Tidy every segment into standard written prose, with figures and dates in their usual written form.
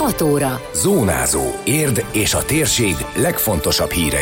6 óra. Zónázó. Érd és a térség legfontosabb hírei.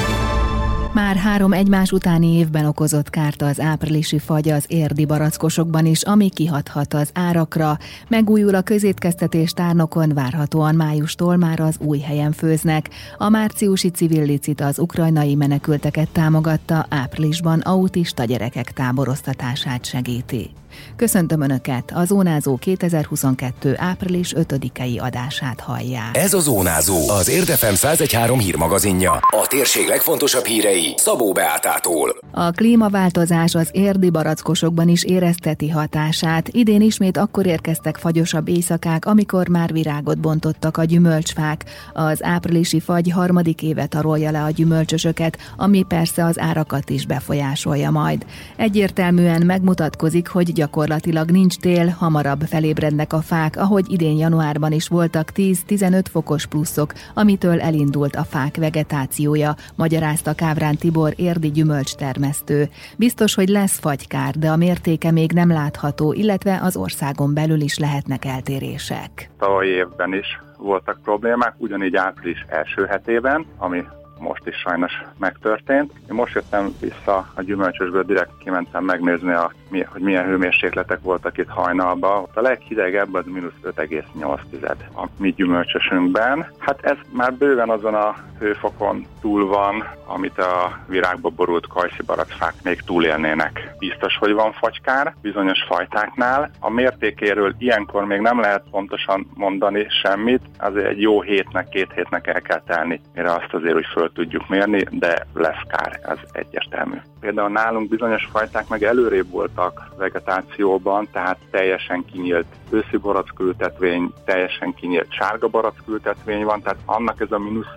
Már 3 egymás utáni évben okozott kárt az áprilisi fagy az érdi barackosokban is, ami kihathat az árakra. Megújul a közétkeztetés tárnokon, várhatóan májustól már az új helyen főznek. A márciusi civil licit az ukrajnai menekülteket támogatta, áprilisban autista gyerekek táboroztatását segíti. Köszöntöm Önöket, a Zónázó 2022. április 5-i adását hallják. Ez a Zónázó, az Érd FM 101.3 hírmagazinja. A térség legfontosabb hírei Szabó Beátától. A klímaváltozás az érdi barackosokban is érezteti hatását. Idén ismét akkor érkeztek fagyosabb éjszakák, amikor már virágot bontottak a gyümölcsfák. Az áprilisi fagy harmadik éve tarolja le a gyümölcsösöket, ami persze az árakat is befolyásolja majd. Egyértelműen megmutatkozik, hogy gyakorlatilag nincs tél, hamarabb felébrednek a fák, ahogy idén januárban is voltak 10-15 fokos pluszok, amitől elindult a fák vegetációja, magyarázta Kávrán Tibor érdi gyümölcstermesztő. Biztos, hogy lesz fagykár, de a mértéke még nem látható, illetve az országon belül is lehetnek eltérések. Tavalyi évben is voltak problémák, ugyanígy április első hetében, ami most is sajnos megtörtént. Én most jöttem vissza a gyümölcsösből, direkt kimentem megnézni, hogy milyen hőmérsékletek voltak itt hajnalban. A leghidegebb az -5,8 a mi gyümölcsösünkben. Hát ez már bőven azon a hőfokon túl van, amit a virágba borult kajszi barackfák még túlélnének. Biztos, hogy van fagykár bizonyos fajtáknál. A mértékéről ilyenkor még nem lehet pontosan mondani semmit, azért egy jó hétnek, 2 hétnek el kell telni, mire azt azért úgy föl tudjuk mérni, de lesz kár, ez egyértelmű. Például nálunk bizonyos fajták meg előrébb voltak vegetációban, tehát teljesen kinyílt őszi barackültetvény, teljesen kinyílt sárga barackültetvény van, tehát annak ez a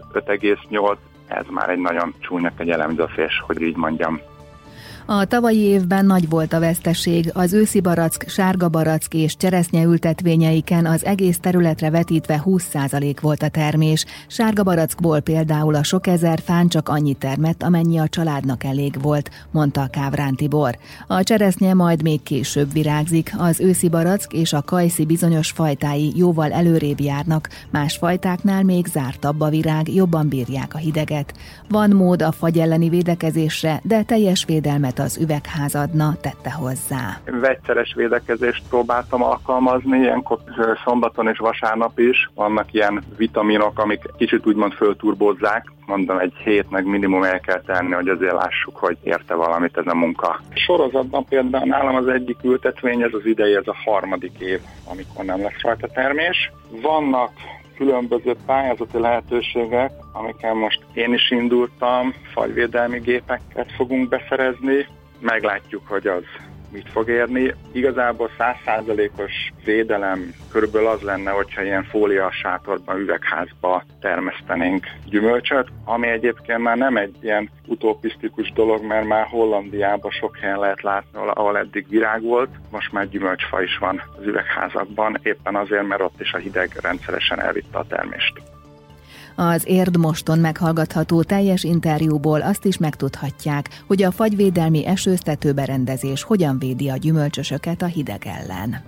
-5,8, ez már egy nagyon csúnya kegyelemzőfés, hogy így mondjam. A tavalyi évben nagy volt a veszteség, az őszi barack, sárga barack és cseresznye ültetvényeiken az egész területre vetítve 20% volt a termés. Sárga barackból például a sok ezer fán csak annyi termett, amennyi a családnak elég volt, mondta Kávrán Tibor. A cseresznye majd még később virágzik, az őszi barack és a kajszi bizonyos fajtái jóval előrébb járnak, más fajtáknál még zártabb a virág, jobban bírják a hideget. Van mód a fagy elleni védekezésre, de teljes védelmet az üvegház adna, tette hozzá. Vegyszeres védekezést próbáltam alkalmazni, ilyenkor szombaton és vasárnap is. Vannak ilyen vitaminok, amik kicsit úgymond fölturbózzák. Mondom, egy hétnek minimum el kell tenni, hogy azért lássuk, hogy érte valamit ez a munka. Sorozatban például nálam az egyik ültetvény, ez az idei, ez a harmadik év, amikor nem lesz rajta termés. Vannak különböző pályázati lehetőségek, amiken most én is indultam, fagyvédelmi gépeket fogunk beszerezni, meglátjuk, hogy az mit fog érni. Igazából 100%-os védelem körülbelül az lenne, hogyha ilyen fólia sátorban, üvegházba termesztenénk gyümölcsöt, ami egyébként már nem egy ilyen utopisztikus dolog, mert már Hollandiában sok helyen lehet látni, ahol eddig virág volt, most már gyümölcsfa is van az üvegházakban, éppen azért, mert ott is a hideg rendszeresen elvitte a termést. Az Érd Moston meghallgatható teljes interjúból azt is megtudhatják, hogy a fagyvédelmi esőztetőberendezés hogyan védi a gyümölcsösöket a hideg ellen.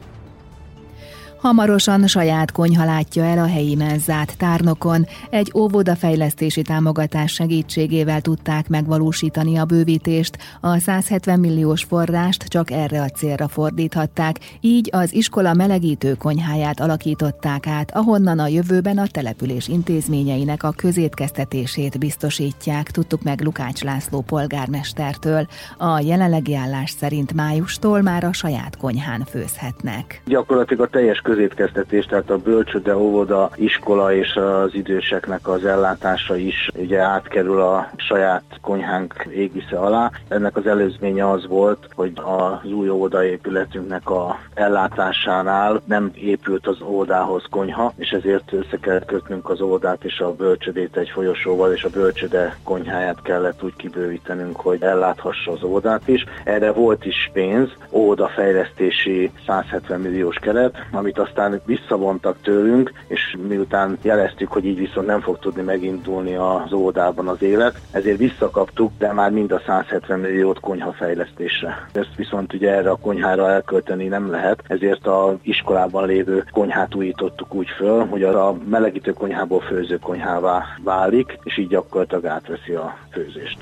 Hamarosan saját konyha látja el a helyi menzát Tárnokon. Egy óvodafejlesztési támogatás segítségével tudták megvalósítani a bővítést. A 170 milliós forrást csak erre a célra fordíthatták, így az iskola melegítő konyháját alakították át, ahonnan a jövőben a település intézményeinek a közétkeztetését biztosítják, tudtuk meg Lukács László polgármestertől. A jelenlegi állás szerint májustól már a saját konyhán főzhetnek. Gyakorlatilag a teljes közétkeztetés, tehát a bölcsőde, óvoda, iskola és az időseknek az ellátása is ugye átkerül a saját konyhánk égisze alá. Ennek az előzménye az volt, hogy az új óvodaépületünknek a ellátásánál nem épült az óvodához konyha, és ezért össze kellett kötnünk az óvodát és a bölcsödét egy folyosóval, és a bölcsöde konyháját kellett úgy kibővítenünk, hogy elláthassa az óvodát is. Erre volt is pénz, óvodafejlesztési 170 milliós keret, amit amit aztán visszavontak tőlünk, és miután jeleztük, hogy így viszont nem fog tudni megindulni az óvodában az élet, ezért visszakaptuk, de már mind a 170 milliót konyhafejlesztésre. Ezt viszont ugye erre a konyhára elkölteni nem lehet, ezért az iskolában lévő konyhát újítottuk úgy föl, hogy a melegítő konyhából főző konyhává válik, és így gyakorlatilag átveszi a főzést.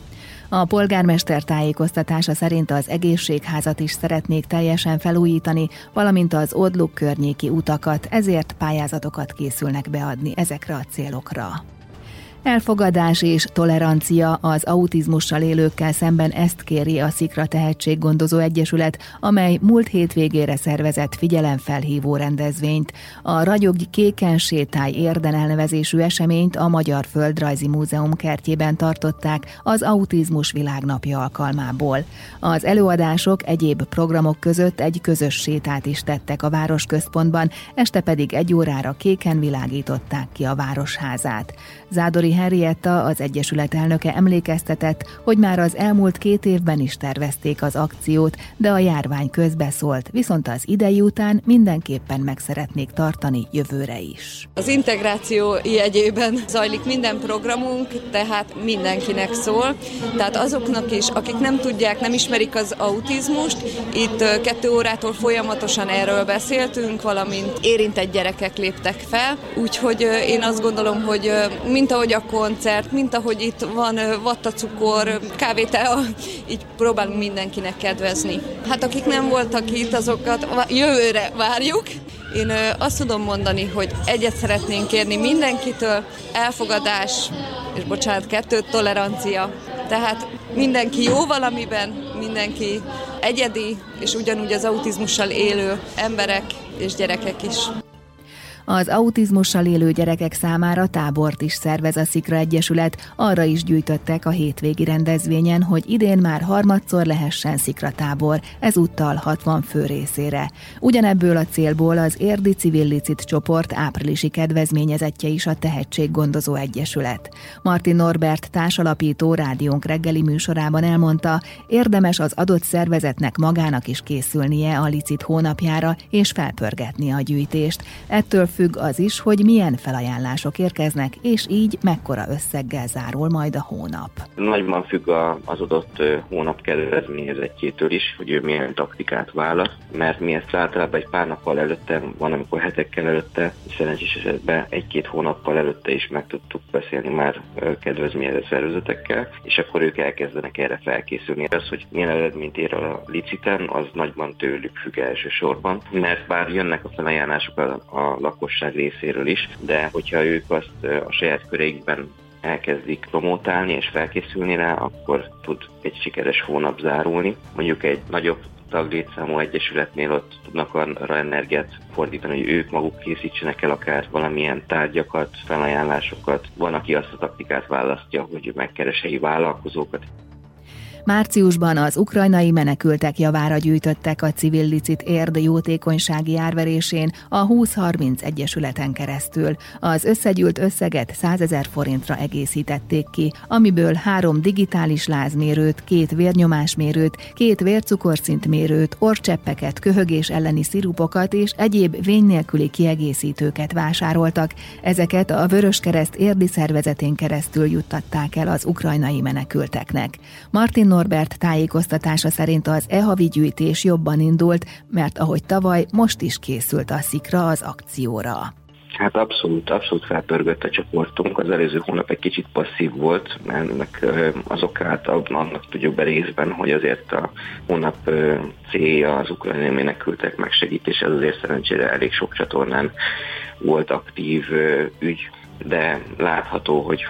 A polgármester tájékoztatása szerint az egészségházat is szeretnék teljesen felújítani, valamint az Odluk környéki utakat, ezért pályázatokat készülnek beadni ezekre a célokra. Elfogadás és tolerancia az autizmussal élőkkel szemben, ezt kéri a Szikra Tehetséggondozó Egyesület, amely múlt hétvégére szervezett figyelemfelhívó rendezvényt. A Ragyogj kéken sétálj Érden elnevezésű eseményt a Magyar Földrajzi Múzeum kertjében tartották az Autizmus Világnapja alkalmából. Az előadások egyéb programok között egy közös sétát is tettek a városközpontban, este pedig 1 órára kéken világították ki a városházát. Zádori Henrietta, az Egyesület elnöke emlékeztetett, hogy már az elmúlt 2 évben is tervezték az akciót, de a járvány közbeszólt, viszont az idei után mindenképpen meg szeretnék tartani jövőre is. Az integráció jegyében zajlik minden programunk, tehát mindenkinek szól, tehát azoknak is, akik nem tudják, nem ismerik az autizmust, itt 2 órától folyamatosan erről beszéltünk, valamint érintett gyerekek léptek fel, úgyhogy én azt gondolom, hogy mint ahogy a koncert, mint ahogy itt van vattacukor, kávétea, így próbálunk mindenkinek kedvezni. Hát akik nem voltak itt, azokat jövőre várjuk. Én azt tudom mondani, hogy egyet szeretnénk kérni mindenkitől, elfogadás, és bocsánat, 2 tolerancia. Tehát mindenki jó valamiben, mindenki egyedi, és ugyanúgy az autizmussal élő emberek és gyerekek is. Az autizmussal élő gyerekek számára tábort is szervez a Szikra Egyesület, arra is gyűjtöttek a hétvégi rendezvényen, hogy idén már harmadszor lehessen Szikra tábor, ezúttal 60 fő részére. Ugyanebből a célból az érdi Civil Licit csoport áprilisi kedvezményezettje is a Tehetséggondozó Egyesület. Martin Norbert társalapító rádiónk reggeli műsorában elmondta, érdemes az adott szervezetnek magának is készülnie a licit hónapjára és felpörgetni a gyűjtést. Ettől függ az is, hogy milyen felajánlások érkeznek, és így mekkora összeggel zárul majd a hónap. Nagyban függ az adott hónap kedvezményezettjétől is, hogy ő milyen taktikát választ, mert mi ezt általában egy pár nappal előtte, van amikor hetekkel előtte, szerencsés esetben 1-2 hónappal előtte is meg tudtuk beszélni már kedvezményezett szervezetekkel, és akkor ők elkezdenek erre felkészülni. Az, hogy milyen eredményt ér a liciten, az nagyban tőlük függ elsősorban, mert bár jönnek a felajánlások a lakosság részéről is, de hogyha ők azt a saját köreikben elkezdik promotálni és felkészülni rá, akkor tud egy sikeres hónap zárulni. Mondjuk egy nagyobb taglétszámú egyesületnél ott tudnak arra energiát fordítani, hogy ők maguk készítsenek el akár valamilyen tárgyakat, felajánlásokat. Van, aki azt a taktikát választja, hogy megkeres helyi vállalkozókat. Márciusban az ukrajnai menekültek javára gyűjtöttek a Civil Licit Érd jótékonysági árverésén a 20-30 egyesületen keresztül. Az összegyűlt összeget 100 000 forintra egészítették ki, amiből 3 digitális lázmérőt, 2 vérnyomásmérőt, 2 vércukorszintmérőt, orrcseppeket, köhögés elleni szirupokat és egyéb vény nélküli kiegészítőket vásároltak. Ezeket a Vöröskereszt érdi szervezetén keresztül juttatták el az ukrajnai menekülteknek. Martin Norbert tájékoztatása szerint az e-havi gyűjtés jobban indult, mert ahogy tavaly, most is készült a Szikra az akcióra. Hát abszolút felpörgött a csoportunk. Az előző hónap egy kicsit passzív volt, mert az okát annak tudjuk be részben, hogy azért a hónap célja az ukrajnai menekültek megsegítése, ez azért szerencsére elég sok csatornán volt aktív ügy, de látható, hogy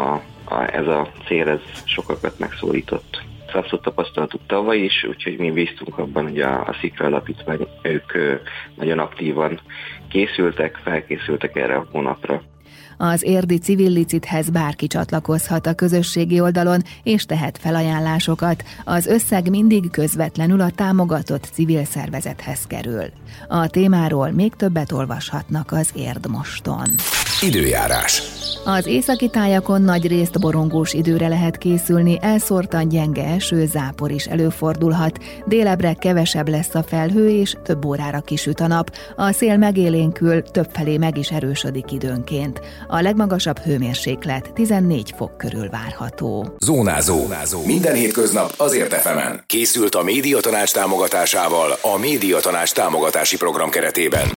ez a cél ez sokakat megszólított. Abszolút tapasztaltuk tavaly is, úgyhogy mi bíztunk abban, hogy a Szikra Alapítvány, ők nagyon aktívan felkészültek erre a hónapra. Az érdi Civil Licithez bárki csatlakozhat a közösségi oldalon, és tehet felajánlásokat. Az összeg mindig közvetlenül a támogatott civil szervezethez kerül. A témáról még többet olvashatnak az Érd Moston. Időjárás. Az északi tájakon nagy részt borongós időre lehet készülni, elszórtan gyenge eső, zápor is előfordulhat. Délebre kevesebb lesz a felhő, és több órára kisüt a nap. A szél megélénkül, többfelé meg is erősödik időnként. A legmagasabb hőmérséklet 14 fok körül várható. Zónázó. Minden hétköznap az Ért FM-en. Készült a Médiatanács támogatásával a Médiatanács támogatási program keretében.